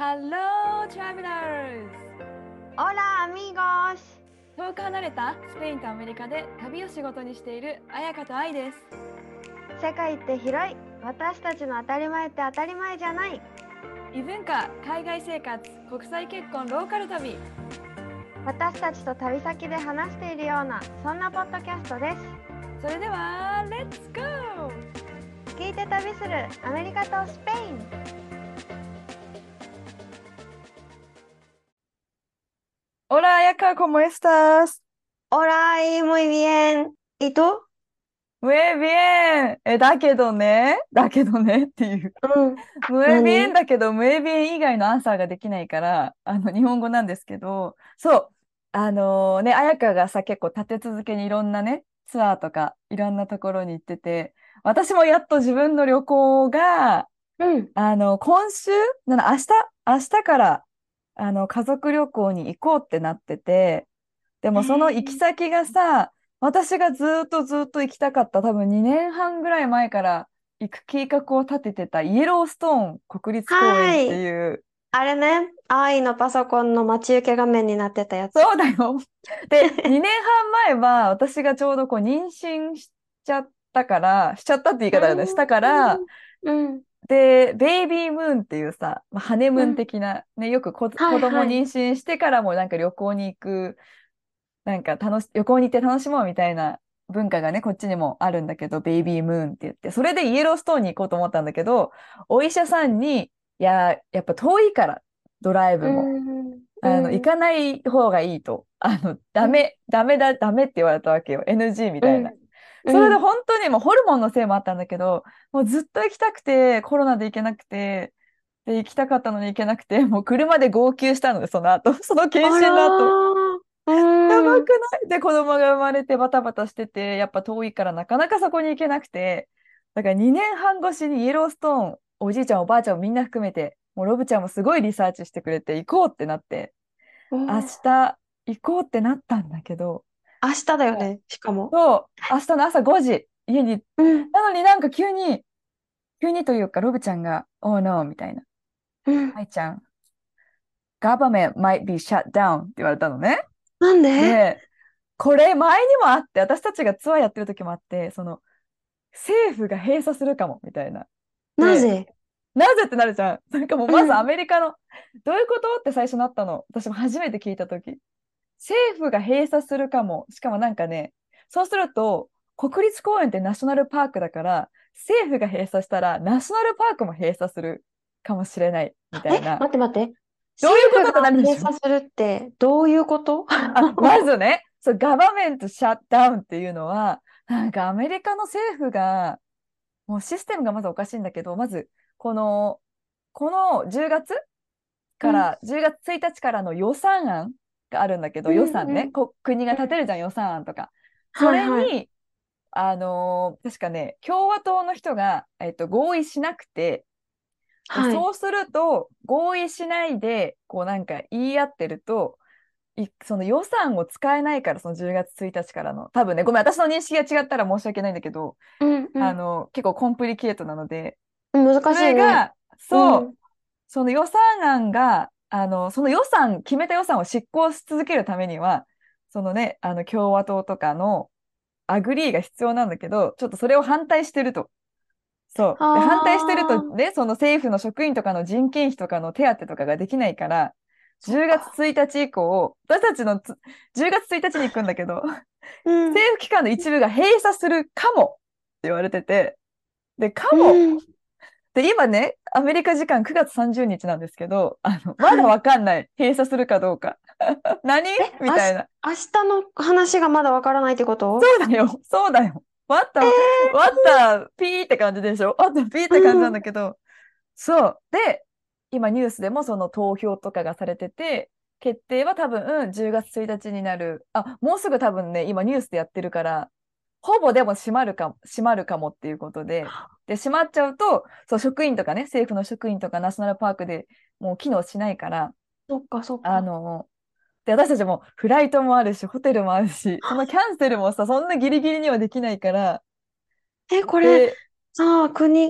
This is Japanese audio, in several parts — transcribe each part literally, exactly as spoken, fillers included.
Hello, travelers! Hola amigos! 遠く離れたスペインとアメリカで旅を仕事にしている彩香と愛です。 世界って広い。私たちの当たり前って当たり前じゃない。 異文化、海外生活、国際結婚、ローカル旅。 私たちと旅先で話しているような、そんなポッドキャストです。 それでは、レッツゴー！ 聞いて旅するアメリカとスペイン。 Hola, Ayaka, ¿cómo estás? Hola, y muy bien. ¿Y tú? Muy bien! え、だけどね、だけどねっていう。 うん。 muy bien 何？ だけど、muy bien 以外のアンサーができないから、あの、日本語なんですけど、そう、あのね、彩香がさ、結構立て続けにいろんなね、ツアーとか、いろんなところに行ってて、私もやっと自分の旅行が、 うん。 あの、今週、なの、明日、明日から、あの、家族旅行に行こうってなってて、でへもその行きー。 先がさ、私がずっとずっと行きたかった、多分にねんはんぐらい前から行く計画を立ててたイエローストーン国立公園ってはい。 いう、 あれね、愛のパソコンの待ち受け画面になってたやつ。 そうだよ。で、にねんはん前は私がちょうどこう妊娠しちゃったから、しちゃったって言いう方だよね。したから、 ん。うん。 で、ベイビームーンっていうさ、まあ、ハネムーンうん。 的な、ね、よくこ子供はいはい。 妊娠してからもなんか旅行に行く、なんか楽し、旅行に行って楽しもうみたいな文化がね、こっちにもあるんだけど、ベイビームーンって言って、それでイエローストーンに行こうと思ったんだけど、お医者さんに、いや、やっぱ遠いから、ドライうブも。 ん。うあの、行ん。 かない方がいいと。あの、ダうん。 メ、ダメだ、ダメって言われたわけよ。エヌジー みたいな。 うん。 それでうん。 本当にもうホルモンのせいもあったんだけど、もうずっと行きたくて、コロナで行けなくて、で、行きたかったのに行けなくて、もう車で号泣したので、その後、その検あら診の後。 ー。うやばーん。 くないで、子供が生まれてバタバタしてて、やっぱ遠いからなかなかそこに行けなくて、だからにねんはん越しにイエローストーン、おじいちゃんおばあちゃんもみんな含めて、もうロブちゃんもすごいリサーチしてくれて行こうってなって、 お明ー。 日行こうってなったんだけど、 明日だよね、しかも。 そう、明日の朝ごじ、家に、 うん。 なのになんか急に、急にというか、ロブちゃんが、Oh no, みたいな。 うん。 愛ちゃん、government might be shut down って言われたのね。 なんで？ で、これ前にもあって、私たちがツアーやってる時もあって、その、政府が閉鎖するかも、みたいな。で、 なぜ？ なぜってなるじゃん。なんかもうまずアうん。 メリカの、どういうことって最初なったの。私も初めて聞いた時。政府が閉鎖するかも。しかもなんかね、そうすると、国立公園ってナショナルパークだから、政府が閉鎖したら、ナショナルパークも閉鎖するかもしれない、みたえ、 いな。 待って待って。政府がどういうことってなるでしょ。 閉鎖するってどういうこと？ あ、まずね、そう、ガバメントシャットダウンっていうのは、なんかアメリカの政府が、もうシステムがまずおかしいんだけど、まず、この、このじゅうがつうん。 から、じゅうがつついたちからの予算案があるんだけど、 う予算ね、 んうん。 こ国がうん。 立てるじゃん、予算案とか。そはいはい。 れに、あのー確かね、共和党の人が、えっと、合意しなくて、で、 はい。 そうすると、合意しないで、こうなんか言い合ってると、いその予算を使えないから、そのじゅうがつついたちからの、多分ね、ごめん、私の認識が違ったら申し訳ないんだけど、 うんうん。 あの、結構コンプリケートなので、そ難しいね。 れが、そう、 うん。 その予算案が、あの、その予算、決めた予算を執行し続けるためには、そのね、あの、共和党とかのアグリーが必要なんだけど、ちょっとそれを反対してると。そう。で、反対してるとああ、 ね、その政府の職員とかの人件費とかの手当とかができないから、10月そっか。 ついたち以降、私たちのつじゅうがつついたちに行くんだけど、 うん。 政府機関の一部が閉鎖するかもって言われてて、で、かうも。 ん。 で、今ね、アメリカ時間くがつさんじゅうにちなんですけど、あの、まだはい。 わかんない。閉鎖するかどうか。何え、あし、 みたいな。 明日の話がまだわからないってこと？ そうだよ。そうだよ。わった、わえった、ピーって感じでしょ。わった、ピーっー、 て感じうん。 なんだけど、そう。で、今ニュースでもその投票とかがされてて、決定は多分、うん、じゅうがつついたちになる。あ、もうすぐ多分ね、今ニュースでやってるから、ほぼでも閉まるかも、閉まるかもっていうことで、で、閉まっちゃうと、そう、職員とかね、政府の職員とかナショナルパークでもう機能しないから、 そっかそっか。 あの、で、私たちもフライトもあるし、ホテルもあるし、そのキャンセルもさ、そんなギリギリにはできないから、 え、これ、 で、 さあ、国、 うん。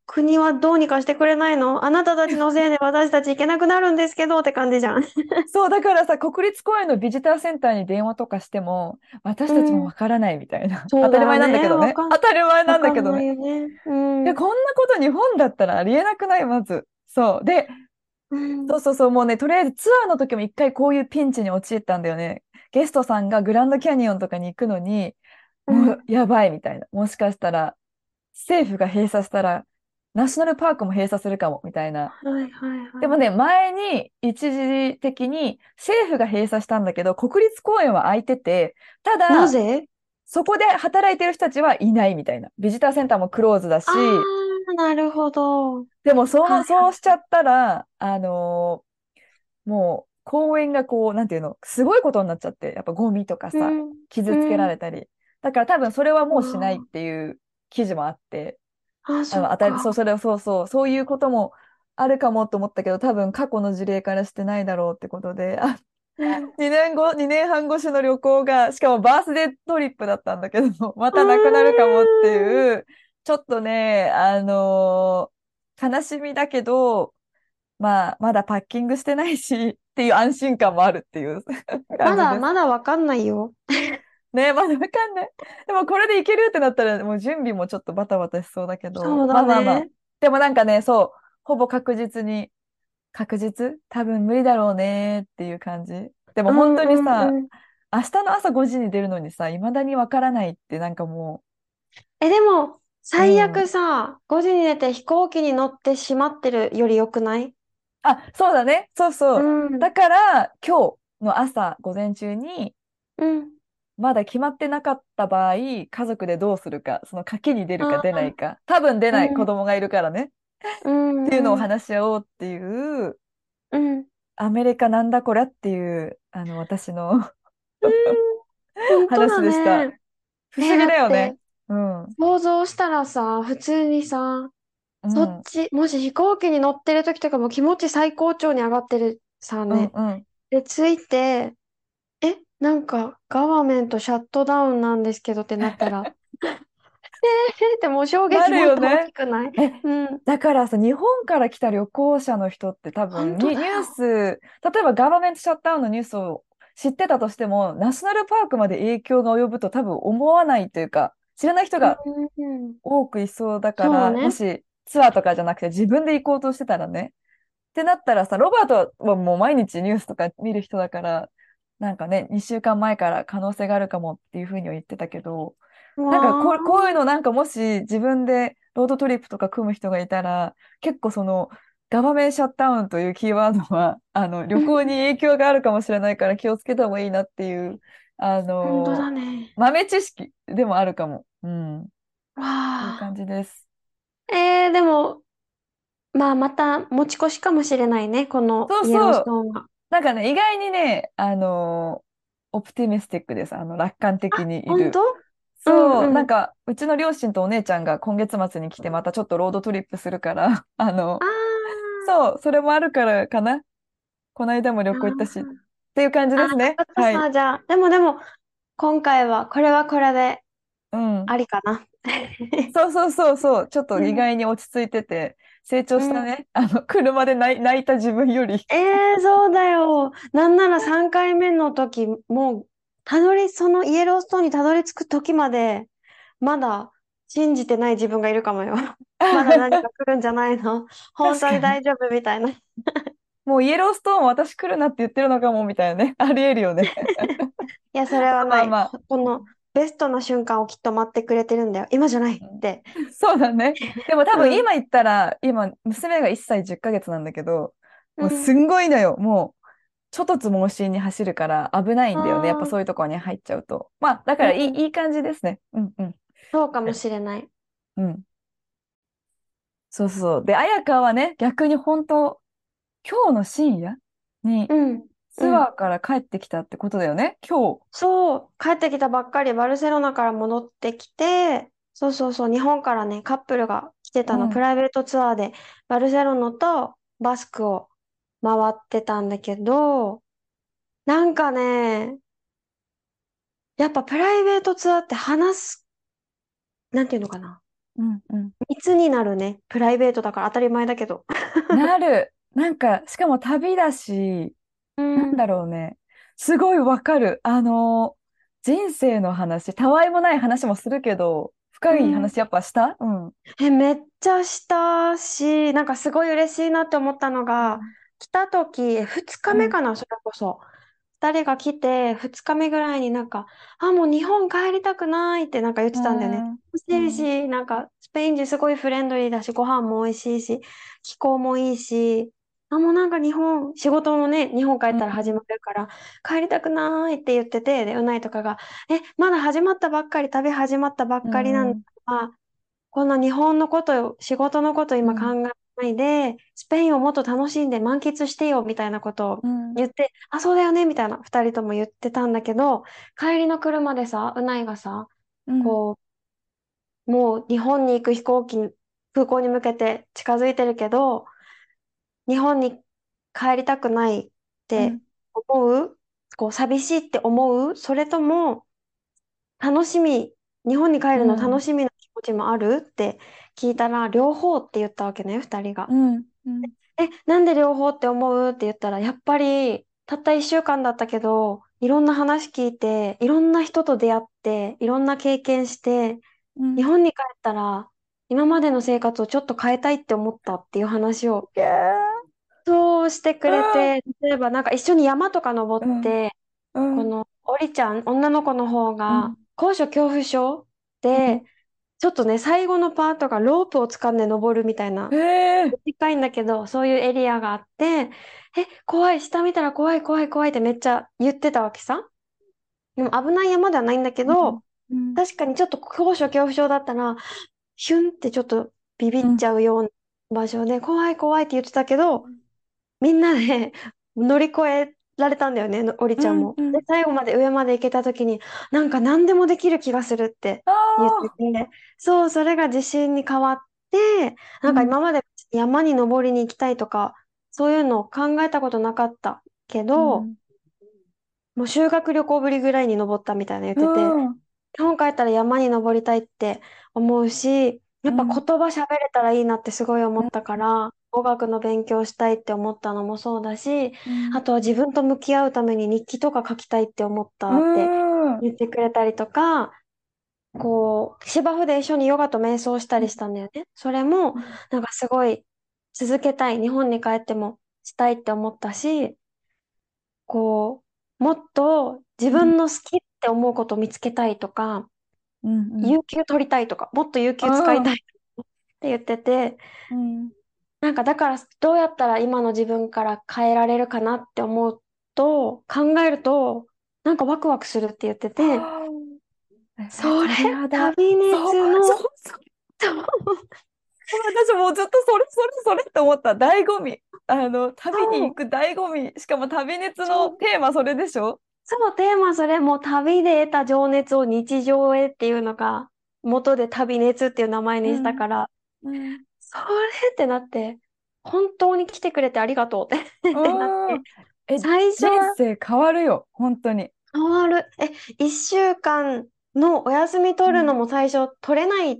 国はどうにかしてくれないの？あなたたちのせいで私たち行けなくなるんですけどって感じじゃん。 そう、だからさ、国立公園のビジターセンターに電話とかしても、私うたちもわん。 からないみたいな。 そう当たり前なんだけだよね。 どね。 わかん、 当たり前なわかんなんだけどね。 いよね。ういや、 ん。 こんなこと日本だったらありえなくない？まず。そう。で、 うん。 そうそうそう、もうね、とりあえずツアーの時も一回こういうピンチに陥ったんだよね。ゲストさんがグランドキャニオンとかに行くのに、もううん。 やばいみたいな。もしかしたら、政府が閉鎖したら、ナショナルパークも閉鎖するかも、みたいな。 はいはいはい。 でもね、前に一時的に政府が閉鎖したんだけど、国立公園は空いてて、ただ、 なぜ？ そこで働いてる人たちはいないみたいな。ビジターセンターもクローズだあし、 ー、なるほど。 でもその、 はいそうしちゃったら、あのーもう公園がこう、なんていうの、すごいことになっちゃって、やっぱゴミとかうさ、 ん。 傷つけらうん。 れたり。だから多分それはもうしないっうわていう記事もあって、 あ、あ、 あの、 そっ当たり、そう、 か。 それ、そうそう、そういうこともあるかもと思ったけど、多分過去の事例からしてないだろうってことで、あ、 うん。 にねんご、にねんはん越しの旅行が、しかもバースデートリップだったんだけど、まうたなくなるかもってーん。 いう、ちょっとね、あのー悲しみだけど、まあ、まだパッキングしてないし、っていう安心感もあるっていう感まだ、 じです。 まだわかんないよ。 ね、まだわかんない。でもこれでいけるってなったら、もう準備もちょっとバタバタしそうだけど、 そうまあまあまあ。 だね。 でもなんかね、そう、ほぼ確実に、確実多分無理だろうねっていう感じ。でも本当うんうにさ、 んうん。 明日の朝ごじに出るのにさ、未だにわからないってなんかもえ、でも、 う、う最悪ん。 さ、ごじに寝て飛行機に乗ってしまってるより良くない？ あ、そうだね。そうそうう。だん。 から今日の朝、午前中に、 うん。 まだ決まってなかった場合、家族でどうするか、その賭けに出るかあ出ないか、多分出うない子ん。 供がいるからね、っうんていうのをうん。 話し合おうっていう、 うん。うん。 アメリカなんだこりゃっていう、あの、私の本当だ話でした。 ね。え、 不思議だだよね。 って、 うん。 想像したらさ、普通にさ、 うん。 そっち、もし飛行機に乗ってる時とかも気持ち最高潮に上がってるさうんね。 うん。 で、ついて、え、なんか、ガバメントシャットダウンなんですけどってなったら、えーってもう衝なる撃もっと大よね。 きくない？ え、 うん。 だからさ、日本から来た旅行者の人って多本分に、ニュー当だよ。 ス、例えばガバメントシャットダウンのニュースを知ってたとしても、ナショナルパークまで影響が及ぶと多分思わないというか、知らない人がうん。 多くいそうだから、もそうね。 しツアーとかじゃなくて自分で行こうとしてたらね。ってなったらさ、ロバートはもう毎日ニュースとか見る人だから、なんかね、にしゅうかんまえから可能性があるかもっていうふうには言ってたけど、なんかこう、こういうわのなんかもし自分でロードトリップとか組む人がいたら、結構その、ガバメンシャットダウンというキーワードは、あの、旅行にー。 影響があるかもしれないから気をつけた方がいいなっていう、あ本当の、 だね。 豆知識でもあるかも。うん。 わそういう感あ。 じです。 えー、でも、まあ、また持ち越しかもしれないね、このそうイエローそう。 ストーンは。 なんかね、意外にね、あのオプティミスティックです。あの、楽観的にいる。 本当？うんそう、 うん。 なんか、うちの両親とお姉ちゃんが今月末に来て、またちょっとロードトリップするから、あの、 あそう、それもあるからかな。この間も旅ー行行ったし。っあていう感じー、あですね。 ー、 はい。 さ、じゃあ、でもでも、今回は、これはこれで、 うん。 ありかな。 そうそうそうそう。ちょっと意うん。 外に落ち着いてて、成長うん。 したね。あの、車で泣い、泣いた自分より。 えー、そうだよ。なんならさんかいめの時、もう、たどり、そのイエローストーンにたどり着く時まで、まだ信じてない自分がいるかもよ。まだ何か来るんじゃないの？本当確かに。 に大丈夫みたいな。いもうイエローストーン私来るなって言ってるのかも、みたいなね。ありえるよね。 や、それはない。 まあまあ。 ほこのベストな瞬間をきっと待ってくれてるんだよ。今じゃないって。 そうだね。でも多うん。 分今言ったら、今、娘がいっさいじゅっかげつなんだけど、 うん。 もうすんごいのよ。もう、ちょっとつ盲信に走るから危ないあんだよね。やっぱそういあ、 うところに入っちゃうと。まあ、だからいい、 うん。 いい感じですね。うんうん。 そうかもしれない。 うん。そうそう。で、綾香はね、逆に本当、今日の深夜にうん。 ツうん。 アーから帰ってきたってことだよね。今日。 そう。帰ってきたばっかり、バルセロナから戻ってきて、そうそうそう。日本からね、カップルが来てたの。プうん。 ライベートツアーで、バルセロナとバスクを回ってたんだけど、なんかね、やっぱプライベートツアーって話す、なんていうのかな。 うんうん密になるね。プライベートだから当たり前だけど。 なる。なんか、しかも旅だし、なんうん。 だろうね。すごいわかる。あの、人生の話、たわいもない話もするけど、深いうん。 話やっぱしたうん。 え、めっちゃしたし、なんかすごい嬉しいなって思ったのが、 うん来た時、ふつかめかな、それこそ。ふたりが来て、ふつかめぐらいになんか、あ、もう日本帰りたくないってなんか言っうてたんだよね。 ん楽うん。 しいし、なんかスペイン人すごいフレンドリーだし、ご飯も美味しいし、気候もいいし、あ、もうなんか日本、仕事もね、日本帰ったら始まるから、帰りたくないって言ってて、で、うないとかが、え、まだ始まったばっかり、旅始まったばっうかりなんだんから、この日本のこと仕事のこと今考うんえないで、スペインをもっと楽しんで満喫してよみたいなことをうん言って、あ、そうだよねみたいな二人とも言ってたんだけど、帰りの車でさ、うないがさ、 うんこう、もう日本に行く飛行機、空港に向けて近づいてるけど、日本に帰りたくないってうん思うこう、寂しいって思うそれとも、楽しみ、日本に帰るの楽うんしみな気持ちもあるって聞いたら、両方って言ったわけね、二人が。 うんうんえ、なんで両方って思うって言ったら、やっぱり、たった一週間だったけど、いろんな話聞いて、いろんな人と出会って、いろんな経験して、 うん日本に帰ったら、今までの生活をちょっと変えたいって思ったっていう話を、 いやーそうしてくれうんて、例えばなんか一緒に山とか登うんって、 うんこの、おりちゃん、女の子の方が、 うん高所恐怖症で、ちょっとね、最後のパートがロープを掴んで登るみたいな、 へえ短いんだけど、そういうエリアがあって、え、怖い、下見たら怖い、怖い、怖いってめっちゃ言ってたわけさ。でも危ない山ではないんだけうんど、 うん確かにちょっと高所恐怖症だったら、ヒュンってちょっとビビっちうんゃうような場所で、怖い、怖いって言ってたけど、みんなで乗り越えられたんだよね、のおりうちゃんも。で、 んうん最後まで上まで行けた時に、なんか何でもできる気がするってあ言ってあて、そう、それが自信に変わって、なんかうん今まで山に登りに行きたいとか、そういうのを考えたことなかったけど、 うんもう修学旅行ぶりぐらいに登ったみたいな言っうてて、 ん日本帰ったら山に登りたいって思うし、やっぱ言うん葉喋れたらいいなってすごい思ったから、語学の勉強したいって思ったのもそうだし、 うんあとは自分と向き合うために日記とか書きたいって思っうたってん言ってくれたりとか、こう、芝生で一緒にヨガと瞑想したりしたんだよね。それも、なんかすごい続けたい、日本に帰ってもしたいって思ったし、こう、もっと自分の好きって思うことを見つけたいとか、 うん有給取りたいとか、もっと有給使うんいたいって言ってて、 うんなんかだからどうやったら今の自分から変えられるかなって思うと、考えると、なんかワクワクするって言ってて、 はあえ、 それ、 鳥肌。 旅そう、 熱の、 そう、そう。私もうずっとそれ、それ、それって思った。醍醐味。あの、旅にそう、 行く醍醐味。しかも旅熱のそう、 テーマそれでしょそう、テーマそれもう旅で得た情熱を日常へっていうのが、元で旅熱っていう名前にしたうん。 から、 うん。 それってなって、本当に来てくれてありがとうってってなって、 うん。え、 最初は人生変わるよ。本当に。 変わる。え、一週間のお休み取るのうん。 も最初取れないって、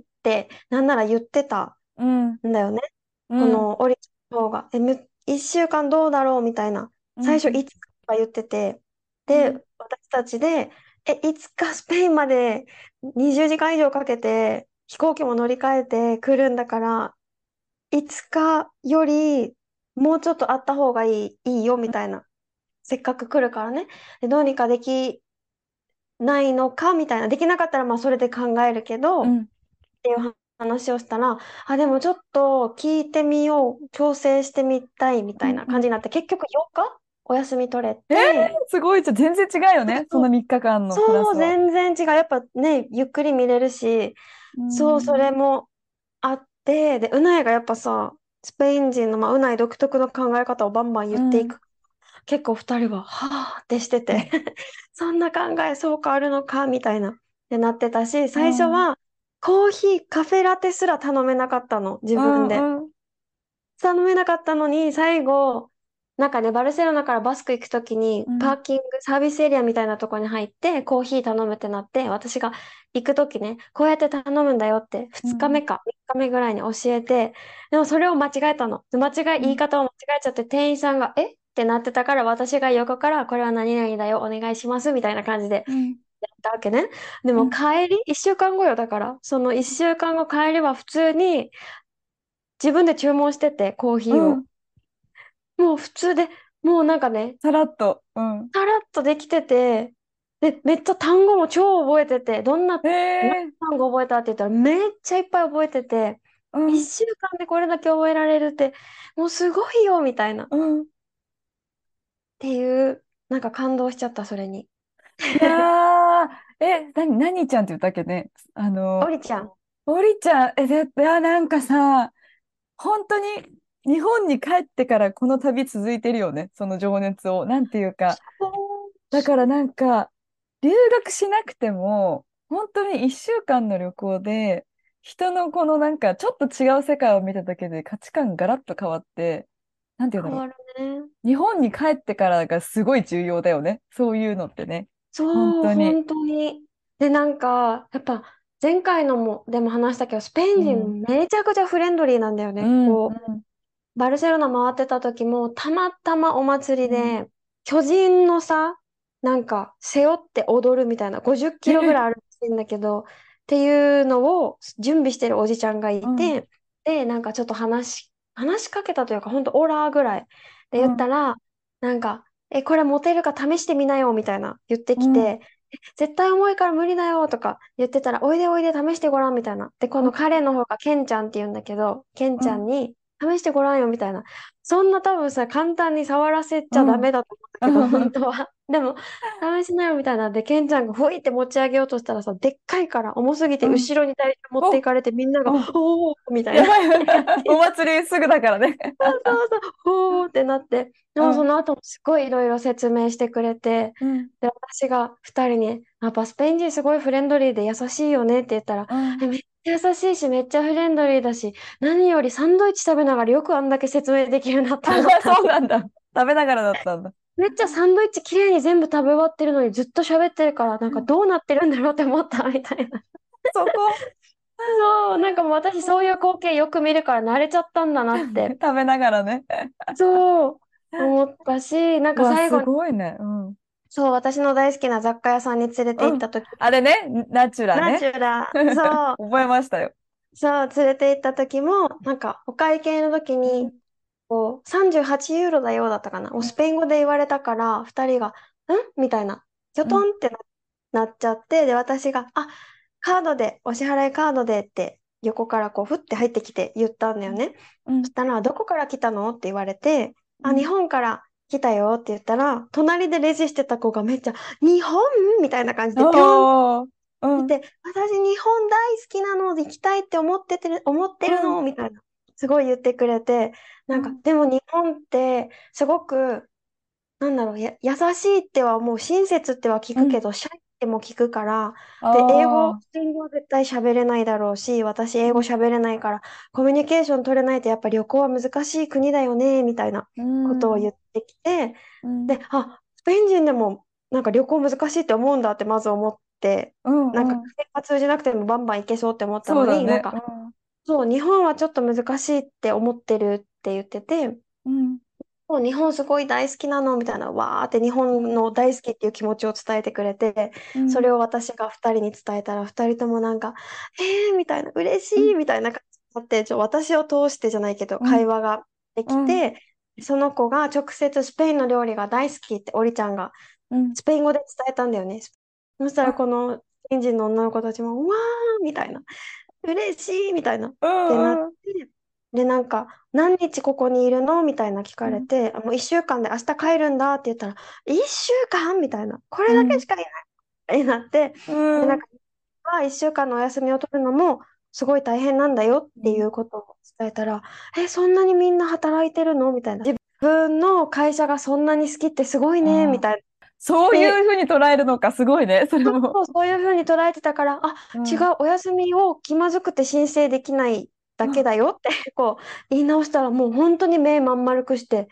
なんなら言ってたうん。 んだよね。 うん。 このオリちゃんの方が。え、む一週間どうだろうみたいな。 うん。 最初いつかとか言ってて。 うんで、私たちで、え、いつかスペインまでにじゅうじかん以上かけて飛行機も乗り換えて来るんだから、いつかよりもうちょっとあった方がいい、いいよみたいな。せっかく来るからね。で、どうにかできないのかみたいな。できなかったらまあそれで考えるけど、っうん。 ていう話をしたら、あ、でもちょっと聞いてみよう、調整してみたいみたいなうん。 感じになって、結局よっかお休み取れえー、 て、 すごい。じゃあ全然違うよね。そのみっかかんのプラそう、 スは。 全然違う。やっぱね、ゆっくり見れるし、 うそう、そん。 れもあって、で、うないがやっぱさ、スペイン人の、まあ、うない独特の考え方をバンバンうん。 言っていく。結構二人は、はぁってしてて、そんな考えそう変わるのか、みたいな、ってなってたし、 うん。 最初は、コーヒー、カフェラテすら頼めなかったの、自う分で。 ん。うん。 頼めなかったのに、最後、 なんかね、バルセロナからバスク行くときに、 うん。 パーキング、サービスエリアみたいなとこに入って、コーヒー頼むってなって、私が行くときね、こうやって頼むんだよって、2日うん。 目か、みっかめぐらいに教えて、でもそれを間違えたの。で間違い、 うん。 言い方を間違えちゃって、店員さんが、えってなってたから、私が横から、これは何々だよ、お願いします、みたいな感じでうん。 やったわけね。でもうん。 帰り、いっしゅうかんごよ、だから、そのいっしゅうかんご帰りは普通に自分で注文してて、コーヒーを。 うん。 もう普通で、もうなんかね、 さらっと。うん。 さらっとできてて、で、めっちゃ単語も超覚えてて、どんな、 へ何え。 単語覚えたって言ったらめっちゃいっぱい覚えてて、 うん。 一週間でこれだけ覚えられるって、もうすごいよ、みたいな。っうん。 ていう、なんか感動しちゃった、それに。 いやー、え、なに、何ちゃんって言ったっけね。あの、 おりちゃん。 おりちゃん、え、で、いや、なんかさ、本当に日本に帰ってからこの旅続いてるよね。その情熱を。なんていうか。だからなんか、留学しなくても、本当にいっしゅうかんの旅行で、人のこのなんか、ちょっと違う世界を見ただけで価値観ガラッと変わって、なんていうんだろ変わるね。 う。日本に帰ってからがすごい重要だよね。そういうのってね。本そう、 当に。 本当に。で、なんか、やっぱ、前回のも、でも話したけど、スペインうん。 人めちゃくちゃフレンドリーなんだよね。 うん。うこん。 う、バルセロナ回ってた時も、たまたまお祭りうん。 で、巨人のさ、なんか、背負って踊るみたいな、50キロぐらいあるらしいんだけど、っていうのを準備してるおじちゃんがうん。 いて、で、なんかちょっと話し、話しかけたというか、ほんとオラーぐらいでうん。 言ったら、なんか、え、これモテるか試してみなよ、みたいな言ってうん。 きて、絶対重いから無理だよとか言ってたら、おいでおいで試してごらんみたいな。で、この彼の方がケンちゃんって言うんだけど、ケンうん。 ちゃんに試してごらんよみたいな。そんな多分さ、簡単に触らせちゃダうん。 メだと思うんだけど、本当は。でも、試しなよみたいな。で、ケンちゃんがふいって持ち上げようとしたらさ、でっかいから重すぎてうん。 後ろに体重持っていお、 かれてみんなが、 お、 おーみたいな。 やばい。お感じ祭りすぐだからね。 そうそうそう、おーってなって。でもそうん。 の後もすごいいろいろ説明してくれて、 うん。 で、私が二人に、やっぱスペイン人すごいフレンドリーで優しいよねって言ったら、 うん。 え、めっちゃ優しいし、めっちゃフレンドリーだし、何よりサンドイッチ食べながらよくあんだけ説明できるなって思った。 そうなんだ。食べながらだったんだ。 めっちゃサンドイッチ綺麗に全部食べ終わってるのにずっと喋ってるから、なんかどうなってるんだろうって思ったみたいな。 そこ。 そう、なんかもう私そういう光景よく見るから慣れちゃったんだなって、 食べながらね。 そう思ったし、なんうわ、すか最後に、 ごいね。うん。 そう、私の大好きな雑貨屋さんに連れて行うん。 った時、 あれね、ナチュラナね。 チュラ、そう、 覚えましたよ。 そう、連れて行った時も、なんか、お会計の時に、 うん。 こう、さんじゅうはちユーロだよだったかな。もうスペイン語で言われたから、二人が、んみたいな、キョうん。 トンってな、なっちゃって、で、私が、あ、カードで、お支払いカードでって、横からこう、ふって入ってきて言ったんだよね。 うん。 そしたら、どこから来たのって言われて、あ、日うん。 本から来たよって言ったら、隣でレジしてた子がめっちゃ、日本みたいな感じで、ぴょんおー。うん。 見て、私日本大好きなので行きたいって思っててる、思ってるうん。 のみたいな。すごい言ってくれて、なんか、 うん。 でも日本ってすごく、なんだろう、や、優しいってはもう親切っては聞うん。 くけど、シャイっても聞くから、で、英語、 ああ。 スペイン語は絶対喋れないだろうし、私英うん。 語喋れないから、コミュニケーション取れないとやっぱ旅行は難しい国だよね、みたいなうん。 ことを言ってきて、 うん。 で、あ、スペイン人でもなんか旅行難しいって思うんだってまず思って、 うん。 なんかうん。 生活通じなくてもバンバン行けそうって思ったのに、なんそうだね。 か、 うん。 そう、日本はちょっと難しいって思ってるって言ってて、 うん。 もう日本すごい大好きなのみたいな、わーって日本の大好きっていう気持ちを伝えてくれて、 うん。 それを私が二人に伝えたら、二人ともなんか、えーみたいな、嬉しうん。 いみたいな感じになって、ちょ、私を通してじゃないけど、 うん。 会話がでうん。 きて、その子が直接スペインの料理が大好きって、オリちゃんがうん。 スペイン語で伝えたんだよね。そしたらこのスペイン人の女の子たちも、わーみたいな。嬉しいみたいな。っうてなっん。うん。 て、で、なんか、何日ここにいるのみたいな聞かれて、あもういっしゅうかんで明日帰るんだって言ったら、いっしゅうかんみたいな。これだけうん。 しかいないになって、 うで、なんん。 か、まあ、いっしゅうかんのお休みを取るのも、すごい大変なんだよっていうことを伝えたら、え、そんなにみんな働いてるのみたいな。自分の会社がそんなに好きってすごいね、みああ、 たいな。 そういで、 うふうに捉えるのか、すごいね、それも。 そう、そういうふうに捉えてたから、あ、違う、 うん。 お休みを気まずくて申請できないだけだよってこう言い直したら、もう本当に目まん丸くして、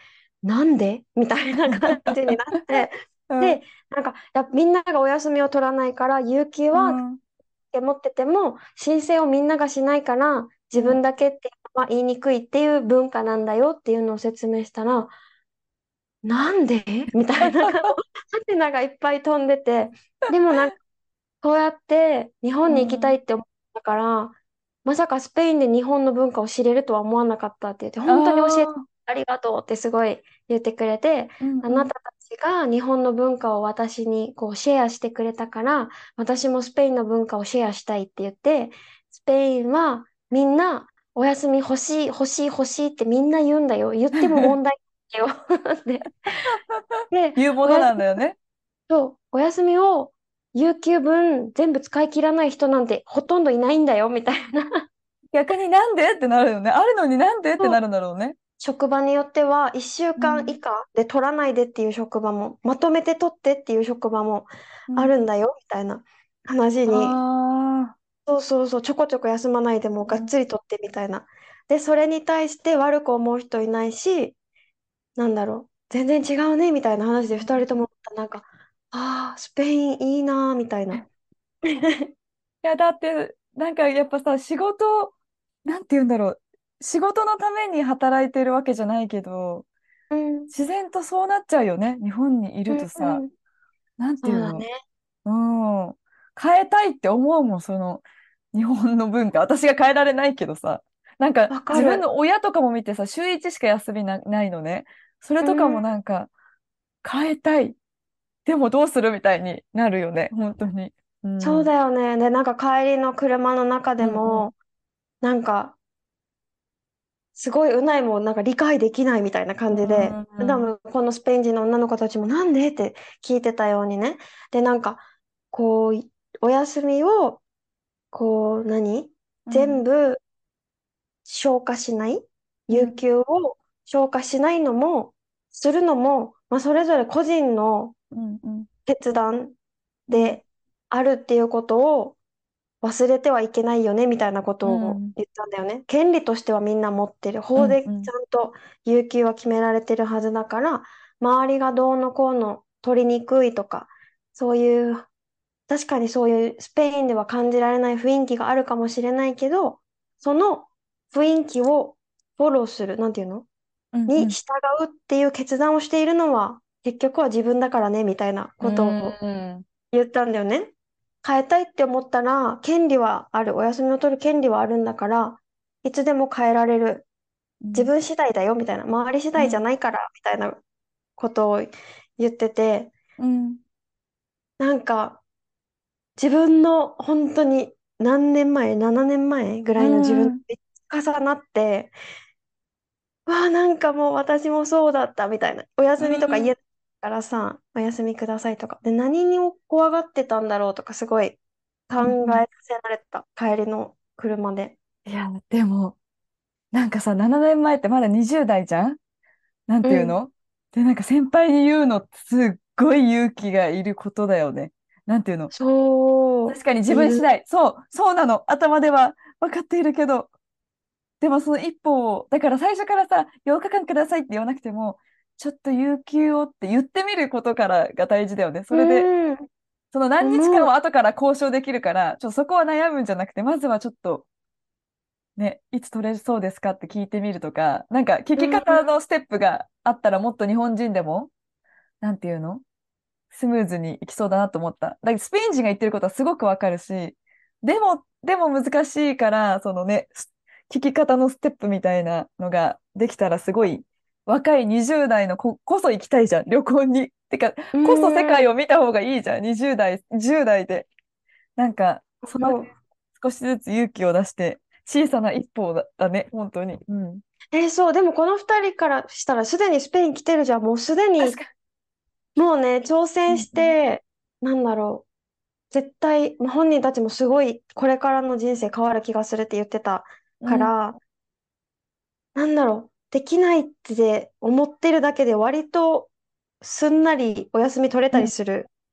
なんでみたいな感じになって、 うん。 で、なんか、やっぱみんながお休みを取らないから、有給はっうん。 て持ってても、申請をみんながしないから、自分だけっていうのは言いにくいっていう文化なんだよっていうのを説明したら、なんでみたいな、ハテナがいっぱい飛んでて、でもなんか、こうやって日本に行きたうん。 いって思ったから、まさかスペインで日本の文化を知れるとは思わなかったって言って、 あ本当に教えてあ。 ありがとうってすごい言ってくれて、 うんうん。 あなたたちが日本の文化を私にこうシェアしてくれたから、私もスペインの文化をシェアしたいって言って、スペインはみんなお休み欲しい欲しい欲しいってみんな言うんだよ。言っても問題ないよ。で、で、 言うものお休みなんだよね。 と、お休みを有給分全部使い切らない人なんてほとんどいないんだよ、みたいな。 逆になんでってなるよね。あるのになんでってそうなるんだろうね。 職場によってはいっしゅうかん以うん。 下で取らないでっていう職場も、まとめて取ってっていう職場もうん。 あるんだよ、みたいな話に、 ああ。 そうそうそう、ちょこちょこ休まないでもうがっうん。 つり取ってみたいな。で、それに対して悪く思う人いないし、なんだろう、全然違うね、みたいな話でふたりとも、なんか、ああ、スペインいいな、みたいな。 いや、だって、なんかやっぱさ、仕事、なんて言うんだろう。仕事のために働いてるわけじゃないけど、 うん、 自然とそうなっちゃうよね。日本にいうん、 るとさ、 うん。 なんていうの。 そうだね。 うん。変えたいって思うもん、その、日本の文化。私が変えられないけどさ。なんか、自分わかる。 の親とかも見てさ、週一しか休みな、ないのね。それとかもうん、 なんか、変えたい。でもどうするみたいになるよね。本当に。うん。 そうだよね。で、なんか帰りの車の中うんうん。 でも、なんか、すごいうないもんなんか理解できないみたいな感じで、 うん多うん。 分このスペイン人の女の子たちもなんでって聞いてたようにね。で、なんか、こう、お休みを、こう、何うん全部消化しない、有うん給を消化しないのも、するのも、まあ、それぞれ個人のうんうん決断うんであるっていうことを忘れてはいけないよねみたいなことをうん言ったんだよね。権利としてはみんな持ってる。法でちうんうんゃんと有給は決められてるはずだから、周りがどうのこうの取りにくいとか、そういう、確かにそういうスペインでは感じられない雰囲気があるかもしれないけど、その雰囲気をフォローする、なんていうのうんに従うっていう決断をしているのは、結局は自分だからね、みたいなうことをん言ったんだよね。変えたいって思ったら、権利はある。お休みを取る権利はあるんだから、いつでも変えられる。 うん自分次第だよ、みたいな。周り次第じゃうんないから、みたいなことを言ってて、 うんなんか、自分の本当に何年前、ななねんまえぐうらいの自分とんめっちゃ重なって、わあ、なんかもう私もそうだった、みたいな。おう休みとかん。 家からさ、お休みくださいとか。で、何にも怖がってたんだろうとか、すごい考うんえさせられた。帰りの車で。 いや、でも、なんかさ、ななねんまえってまだにじゅう代じゃん。なんうん。 ていうの。で、なんか先輩に言うのってすっごい勇気がいることだよね。なんていうの。 そ確かに自う、いる。 分次第。そう、そうなの。頭では分かっているけど、でもその一歩を、だから最初からさ、ようかかんくださいって言わなくても、ちょっと有給をって言ってみることからが大事だよね。それで、 うん、 その何日間思う。 は後から交渉できるから、ちょっとそこは悩むんじゃなくて、まずはちょっとね、いつ取れそうですかって聞いてみるとか、なんか聞きうん、 方のステップがあったらもっと日本人でも、なんていうのスムーズにいきそうだなと思った。だからスペイン人が言ってることはすごくわかるし、でも、でも難しいから、そのね、す聞き方のステップみたいなのができたらすごい若いにじゅう代の子こそ行きたいじゃん、旅行に。てか、 うこそ世界ん、 を見た方がいいじゃん、にじゅう代、じゅう代で。なんか、その思う。 少しずつ勇気を出して、小さな一歩だ、だね、本当に。うん。 えーそう、でもこの二人からしたらすでにスペイン来てるじゃん。もうすでに、 確かもうね、挑に。 戦しうんうんて、なんだろう。絶対、まあ本人たちもすごい、これからの人生変わる気がするって言ってたかうんら、なんだろう。できないって思ってるだけで割とすんなりお休み取れたりうんする。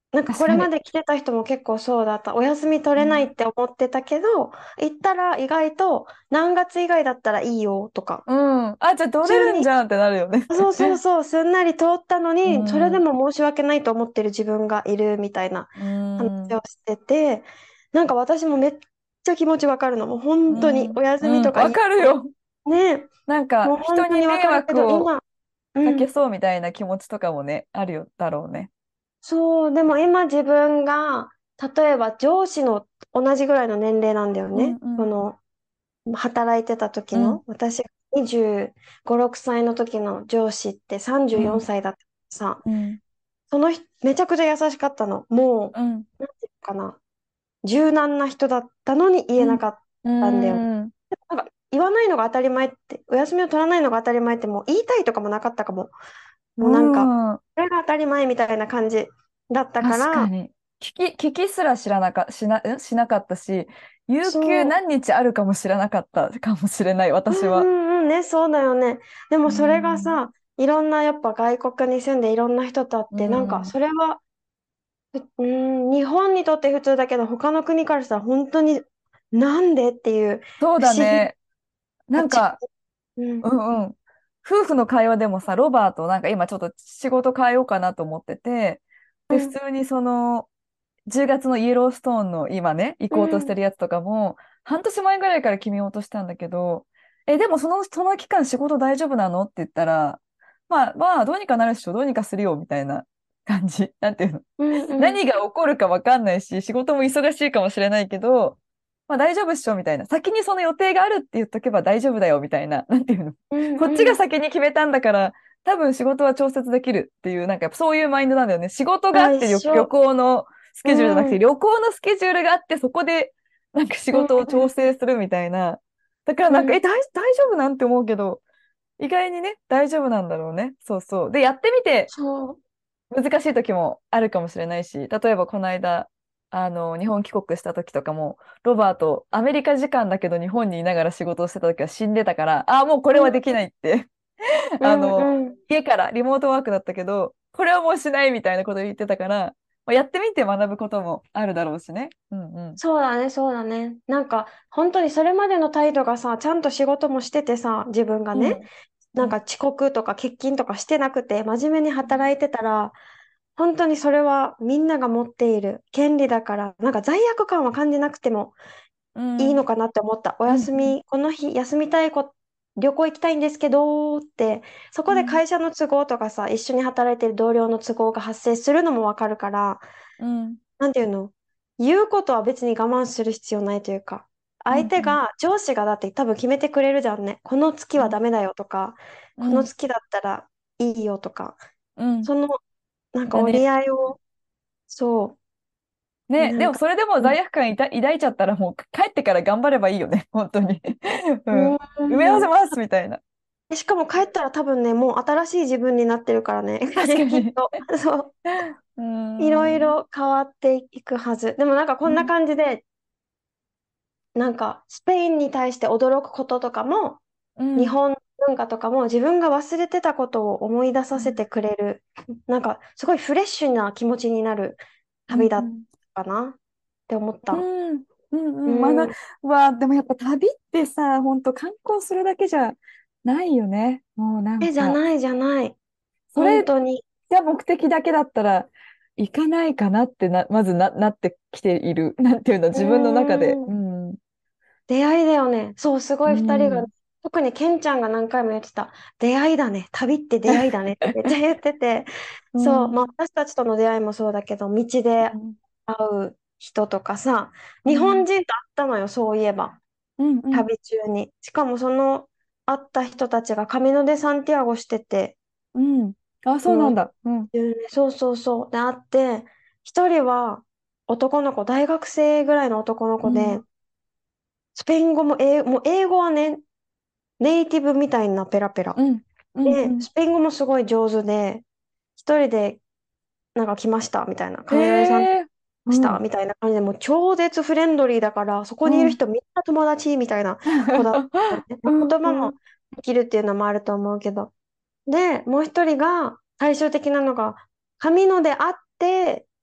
なんかこれ確かに。 まで来てた人も結構そうだった。お休み取れないって思ってたけど、行ったら意外と何月以外だったらいいよとか、 うん。あ、じゃあ取れ普通に、 るんじゃんってなるよね。 そうそうそう、すんなり通ったのうに、それでん。 も申し訳ないと思ってる自分がいるみたいなう話ん。 をしてて、なんか私もめっちゃ気持ちわかるの。もう本当におうん。 休みうん。わとかいいよ。 かるよ。 ね、 なんか、 もう本当にわ人に迷かるけど、 惑を今、うかけん。 そうみたいな気持ちとかもね、あるよ、だろうね。 そう、でも今自分が、例えば上司の同じぐらいの年齢なんだよね。 うんうん。 その、働いてた時うん。 の、私がにじゅうご、ろくさいの時の上司って34 うん。 歳だったさ、 うん。 その人、めちゃくちゃ優しかったの。もうん。 う、なんていうかな、柔軟な人だったのに言えうん。 なかったんだよね。 うん。 なんか、言わないのが当たり前って、お休みを取らないのが当たり前って、もう言いたいとかもなかったかも。 うもうなんか、 ん。 それが当たり前みたいな感じだったから、 確かに。聞き、聞きすら知らなか、しな、んしなかったし、有給そう、 何日あるかも知らなかったかもしれない、 う私は。 んうんうんね、そうだよね。でうもそれがん。 さ、いろんなやっぱ外国に住んでいろんな人と会っうて、なんかん。 それは、ううん、日本にとって普通だけど、他の国からしたら本当になんでっていうそう不思議だね。なな違い。 んか、 うん。 うんうん。夫婦の会話でもさ、ロバート、なんか今ちょっと仕事変えようかなと思ってて、で、普うん。 通にその、じゅうがつのイエローストーンの今ね、行こうとしうん。 てるやつとかも、半年前ぐらいから決めようとしたんだけど、え、でもその、その期間仕事大丈夫なのって言ったら、まあまあ、どうにかなるっしょ、どうにかするよ、みたいな感じ。なんていうの。 うんうん。 何が起こるかわかんないし、仕事も忙しいかもしれないけど、まあ大丈夫っしょ、みたいな。先にその予定があるって言っとけば大丈夫だよ、みたいな。なんていうの。 うんこっちがうん。 先に決めたんだから、多分仕事は調節できるっていう、なんかやっぱそういうマインドなんだよね。仕事がああ、 って旅、旅一緒。 行のスうケジュールじゃなくて、 ん。 旅行のスケジュールがあって、そこでなんか仕うん事を調うん整するみたいな。だからなんか、え、 うん。 大、大丈夫なんて思うけど、意外にね、大丈夫なんだろうね。そうそう。で、やってみて、 そう。 難しい時もあるかもしれないし、例えばこの間、あの、日本帰国した時とかも、ロバート、アメリカ時間だけど日本にいながら仕事をしてた時は死んでたから、ああ、もうこれうんはできないって、あうんの、 うん。 家からリモートワークだったけど、これはもうしないみたいなことを言ってたから、まあやってみて学ぶこともあるだろうしね。うんうん。 そうだね、そうだね。なんか、本当にそれまでの態度がさ、ちゃんと仕事もしててさ、自分がね、 うん。うん。 なんか遅刻とか欠勤とかしてなくて、真面目に働いてたら、本当にそれはみんなが持っている権利だから、なんか罪悪感は感じなくてもうん。 いいのかなって思った。おうん。うん。 休み、この日休みたいこ、旅行行きたいんですけどって、そこでうん。 会社の都合とかさ、一緒に働いてる同僚の都合が発生するのもわかるから、 うん。 なんていうの、言うことは別に我慢する必要ないというか、相手うん。 が、上司がだって多分決めてくれるじゃんね。この月うん。 はダメだよとか、 うん。 この月だったらいいよとか、 うん。 その、なんかだね。 折り合いを、そう、 ね、 なんか、 でもそれでもうん、 罪悪感いた抱いちゃったらもう帰ってから頑張ればいいよね、本当に。ううん。埋め合わせん、 ますみたいな。 でしかも帰ったら多分ね、もう新しい自分になってるからね、 確かに。 きっと。そううーいろいん。 ろ変わっていくはず。でもなんかこんなうん。 感じで、なんかスペインに対して驚くこととかも、 うん。 日本文化とかも自分が忘れてたことを思い出させてくれる、なんかすごいフレッシュな気持ちになるうん。 旅だっうん。 たかなって思っうた。 ん。うん。 ううん。まな、 ん。 は、でもやっぱ旅ってさ、本当観光するだけじゃないよね。もうなんえ、じゃか、 ないじゃない。 それ本当に。 が目的だけだったら、行かないかなってな、まずな、なってきている。なんていうの、 う自分の中で。 ーん。 うん。 出会いだよね。そう、すごうい二人が、 ん。 特にケンちゃんが何回も言ってた。出会いだね。旅って出会いだねってめっちゃ言ってて。そう、まあうん。 私たちとの出会いもそうだけど、道でうん。 会う人とかさ、日本うん。 人と会ったのよ、そういえば。 うん。うん。 旅中に。しかもその会った人たちがカミノ・デ・サンティアゴしてて、 うん。あ、そうなもう、 んだ。うん。 そうそうそう。で、会って、一人は男の子、大学生ぐらいの男の子で、 うん。 スペイン語も英、もう英語はね、ネイティブみたいなペラペラ。 うん。うん。うで、 ん。 スペイン語もすごい上手で、一人でなんか来ましたみたいな、 へカミノ・デ・サンティアゴえ。う来たん。 みたいな感じで、もう超絶フレンドリーだから、そこにいるうん。 人みんな友達みたいな子だったよね。 うん。 言葉もうん。 できるっていうのもあると思うけど。で、もう一人が、対照的なのが、髪ので会って、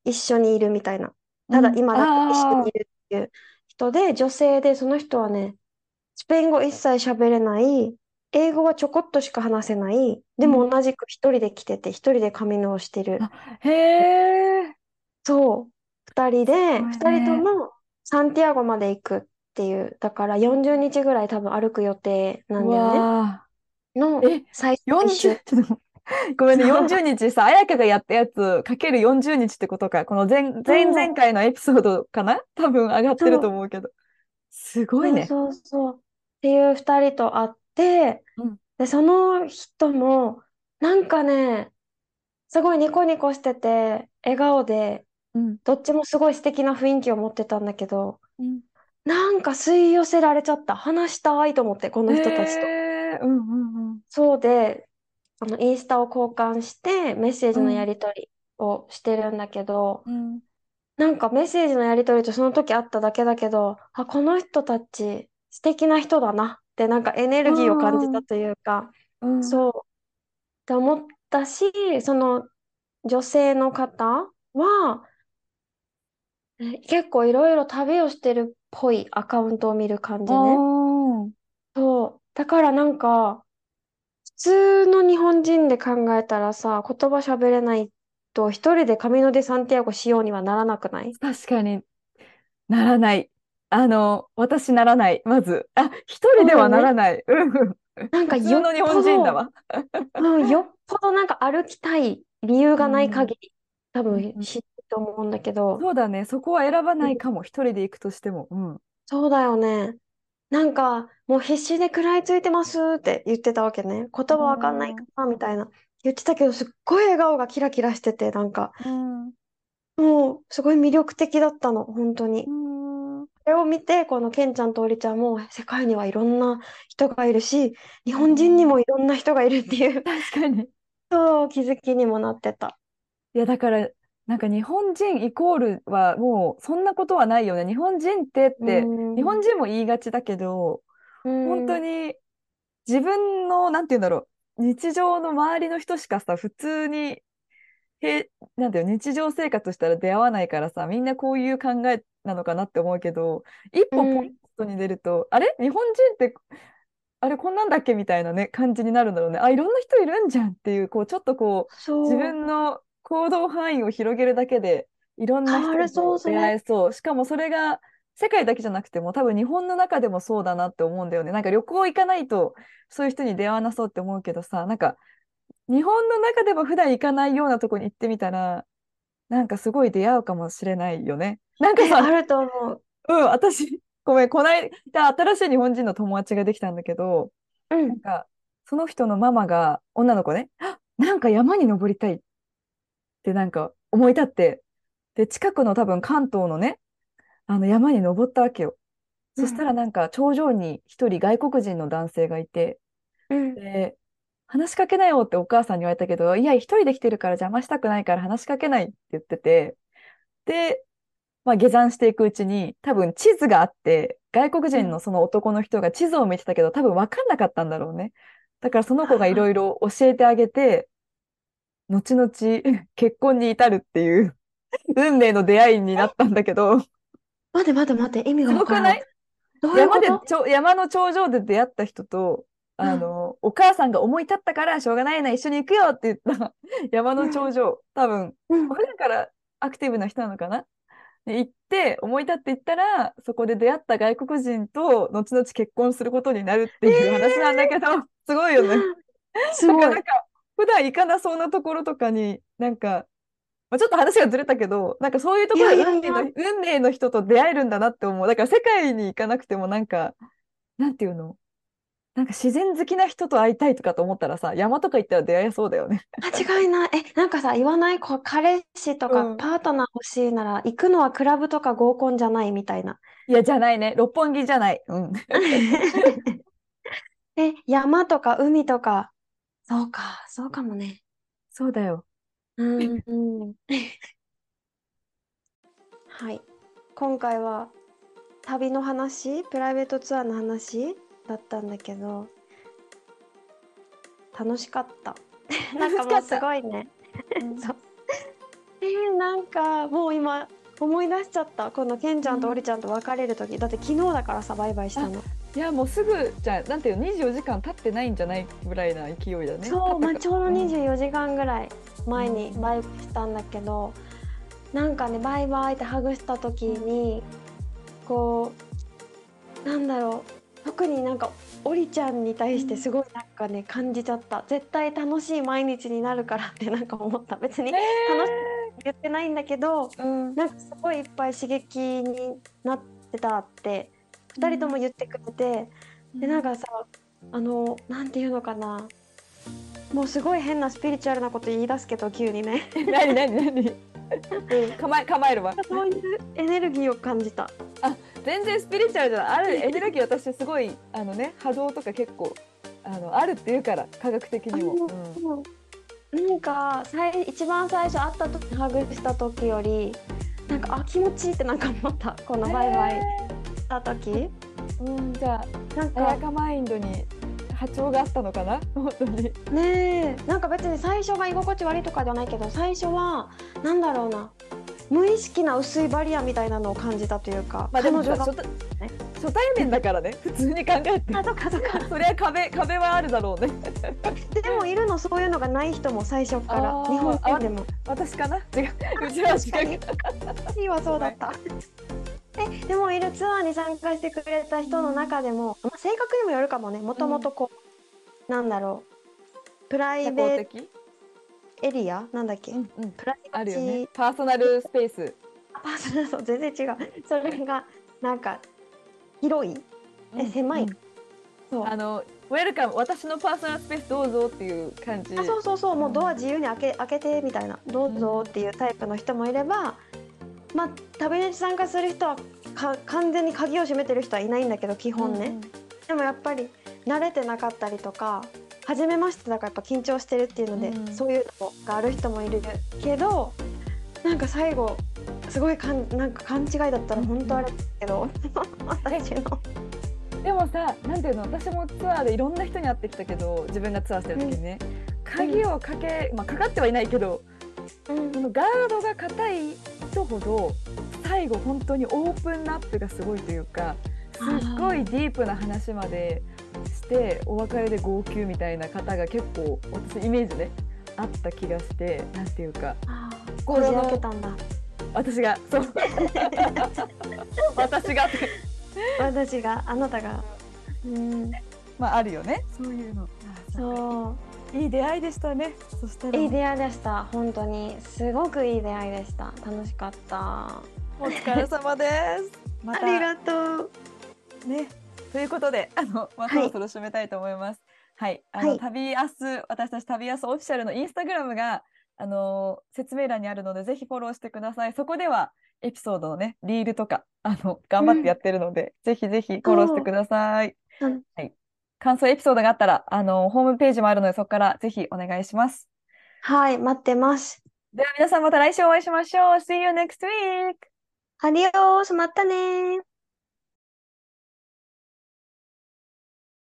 一緒にいるみたいな。ただうん。 今だけ一緒にあいるっていう人で、女性で、その人はね、スペイン語一切喋れない、英語はちょこっとしか話せない、でうん。 も同じく一人で来てて、一人で髪のをしてる。 あ、へえ。 そう、二人で、 すごい二人とね。 もサンティアゴまで行くっていう、だからよんじゅうにちぐらい多分歩く予定なうんだよね。 わー。 のえ、 最最よんじゅう、 終。 ちょっとごめんね、40 そう、 日さ、彩香がやったやつかけるよんじゅうにちってことか。この前、前々 そう、 回のエピソードかな多分上がってるそう、 と思うけど。すごいね。 そうそうそう。っていう二人と会って、 うん。 で、その人も、なんかね、すごいニコニコしてて、笑顔で、 うん。 どっちもすごい素敵な雰囲気を持ってたんだけど、 うん。 なんか吸い寄せられちゃった。話したいと思って、こへの人たちと。 え、うんうんうん。 そうで、あの、インスタを交換して、メッセージのやうん。 り取りをしてるんだけど、 うん。 なんかメッセージのやり取りとその時あっただけだけど、あ、この人たち素敵な人だなってなんかエネうルギーを感じん。 たというか、 うん。 そうって思ったし、その女性の方はえ結構いろいろ旅をしてるっぽいアカウントを見る感あじね。 ー。 そう。だからなんか、普通の日本人で考えたらさ、言葉喋れないと一人でカミノ・デ・サンティアゴしようにはならなくない？ 確かにならない。あの、私ならない。まず。あ、一人ではなそうだよね。 らない。うんうん。 なんかよっ普通の日本ぽど、 人だわ。 うん、よっぽどなんか歩きたい理由がないうん。 限り、多うん。 分知ってると思うんだけど、 そうだね。そこは選ばうんないかも。一人で行くとしても。うん。 そうだよね。なんか、もう必死で食らいついてますって言ってたわけね。言う葉わかんないかん。 なみたいな。言ってたけど、すっごい笑顔がキラキラしてて、なんか、 うん。 もう、すごい魅力的だったの、本当うに。 ん。 それを見て、このケンちゃんとオリちゃんも、世界にはいろんな人がいるし、日う本人にん。 もいろんな人がいるっていう、 確かに。 そう気づきにもなってた。 いや、だから、なんか日本人イコールはもうそんなことはないよね。日本人ってっうて、日本ん、 人も言いがちだけど、 う本当ん、 に自分の、なんて言うんだろう、日常の周りの人しかさ、普通に、へ、なんていうの、日常生活したら出会わないからさ、みんなこういう考えなのかなって思うけど、一うん、 歩ポイントに出ると、あれ日本人って、あれこんなんだっけみたいなね、感じになるんだろうね。あ、いろんな人いるんじゃんっていう、こう、ちょっとこう、自そう、 分の行動範囲を広げるだけで、いろんな変わる、そう、 人と出それ。 会えそう。しかもそれが、世界だけじゃなくても、多分日本の中でもそうだなって思うんだよね。なんか旅行行かないと、そういう人に出会わなそうって思うけどさ、なんか、日本の中でも普段行かないようなとこに行ってみたら、なんかすごい出会うかもしれないよね。なんかえ、 さ、 あると思う。 うん、私、ごめん、こないだ新しい日本人の友達ができたんだけど、 うん、 なんか、その人のママが、女の子ね、あなんか山に登りたいってなんか思い立って、で、近くの多分関東のね、あの山に登ったわけよ。そしたうん、 らなんか頂上に一人外国人の男性がいて、 うん。 で、話しかけなよってお母さんに言われたけど、いや、一人で来てるから邪魔したくないから話しかけないって言ってて、で、まあ、下山していくうちに、多分地図があって、外国うん。 人のその男の人が地図を見てたけど、多分分かんなかったんだろうね。だからその子がいろあいろ教えてあげて、後々結婚に至るっていう運命の出会いになったんだけど、 待って待って待って、意味がわからん。 すごくない？ どういう山こと？ でちょ、山の頂上で出会った人と、 うん、 あの、お母さんが思い立ったからしょうがないな、一緒に行くよって言った山のうん、 頂上、多分、 うん。 普段からアクティブな人なのかな？で行って、思い立って行ったら、そこで出会った外国人と後々結婚することになるっていう話なんだけど、すごいよね。 うんすごい。 だからなんか、普段行かなそうなところとかに、なんか、まあ、ちょっと話がずれたけど、なんかそういうといやころでいやいや、 運命の、運命の人と出会えるんだなって思う。だから世界に行かなくてもなんか、なんていうのなんか自然好きな人と会いたいとかと思ったらさ、山とか行ったら出会えそうだよね。 間違いない。え、なんかさ、言わないこう彼氏とかうん。 パートナー欲しいなら、行くのはクラブとか合コンじゃないみたいな。 いや、じゃないね。六本木じゃない。うん。 え、山とか海とか、そうか、そうかもね。 そうだよ。 うん、うん。はい。今回は旅の話、プライベートツアーの話だったんだけど、楽しかった。なん楽かもうすしかった。 ごいね。 うん。 そう。えーなんかもう今思い出しちゃった。このケンちゃんとオリちゃんと別れる時、だって昨日だからさ、バイバイしたの。 いやもうすぐじゃあなんていうのにじゅうよじかん経ってないんじゃないぐらいな勢いだね。 そう、まあ、 経ったかちょうどうんにじゅうよじかんぐらい前にうんバイバイしたんだけど、なんかね、バイバイってハグした時に、こう、なんだろう、特になんか、オリちゃんに対してすごいなんかね、感じちゃった。絶対楽しい毎日になるからってなんか思った。別にね楽しいって言ってないんだけど、 えうんなんかすごいいっぱい刺激になってたってふたりとも言ってくれて、でなんかさ、あのなんていうのかな、もうすごい変なスピリチュアルなこと言い出すけど急にね何何何うん構え構えるわ。 そういうエネルギーを感じた。 全然スピリチュアルじゃない。あるエネルギー私すごいあのね波動とか結構あのあるっていうから科学的にも。うんうんなんか最一番最初会った時ハグした時よりなんかあ気持ちいいってなんか思った。このバイバイした時うんじゃなんあ綾か香マインドに波長があったのかな本当に。 ねえ、なんか別に最初が居心地悪いとかではないけど、最初はなんだろうな、無意識な薄いバリアみたいなのを感じたというか、 まあでも彼女が初対初対面だからね普通に考えて。 あ、そっかそっか。 そりゃ壁壁はあるだろうね。 でもいるの、そういうのがない人も最初からあー日本人でも。 私かな違ううちは違う。 いいはそうだった。え、でもいるツアーに参加してくれた人の中でも、まあ、性格にもよるかもね。もともとこう、なんだろう、プライ社ベート交的エリアなんだっけ、 うんうんプライあるよねチパーソナルスペース。 あパーソナルそう全然違う。それがなんか広い、え狭い、 うんそうあのウェルカム私のパーソナルスペースどうぞっていう感じ。 あそうそうそう、もうドア自由に開け開けてみたいな、どうぞっていうタイプの人もいれば、まあ旅立ち参加する人はか完全に鍵を閉めてる人はいないんだけど基本ね、でもやっぱり慣れてなかったりとか初めましてだからやっぱ緊張してるっていうので、 うんそういうのがある人もいるけど、なんか最後すごいかんなんか勘違いだったら本当あれだけど、私のでもさなんていうの私もツアーでいろんな人に会ってきたけど自分がツアーしてる時にね、鍵をかけ、まあ、かかってはいないけどうんそのガードが硬い人ほど最後本当にオープンアップがすごいというかすっごいディープな話までしてお別れで号泣みたいな方が結構私イメージねあった気がしてなんていうかあーこじ開けたんだ。 私がそう私が私があなたがうんまああるよねそういうの。 そいい出会いでしたね。そしたらういい出会いでした。本当にすごくいい出会いでした。楽しかった。 お疲れ様です。またありがとう。 ねということであの、まあ、そろそろ締めたいと思います。はい、あの、 はい旅アス私たち旅アスオフィシャルのインスタグラムがあの説明欄にあるのでぜひフォローしてください。そこではエピソードのねリールとかあの頑張ってやってるので、ぜひぜひフォローしてください。 うんはい、感想エピソードがあったらあのホームページもあるのでそこからぜひお願いします。 はい待ってます。 では皆さんまた来週お会いしましょう。See you next week! アディオースまたねー。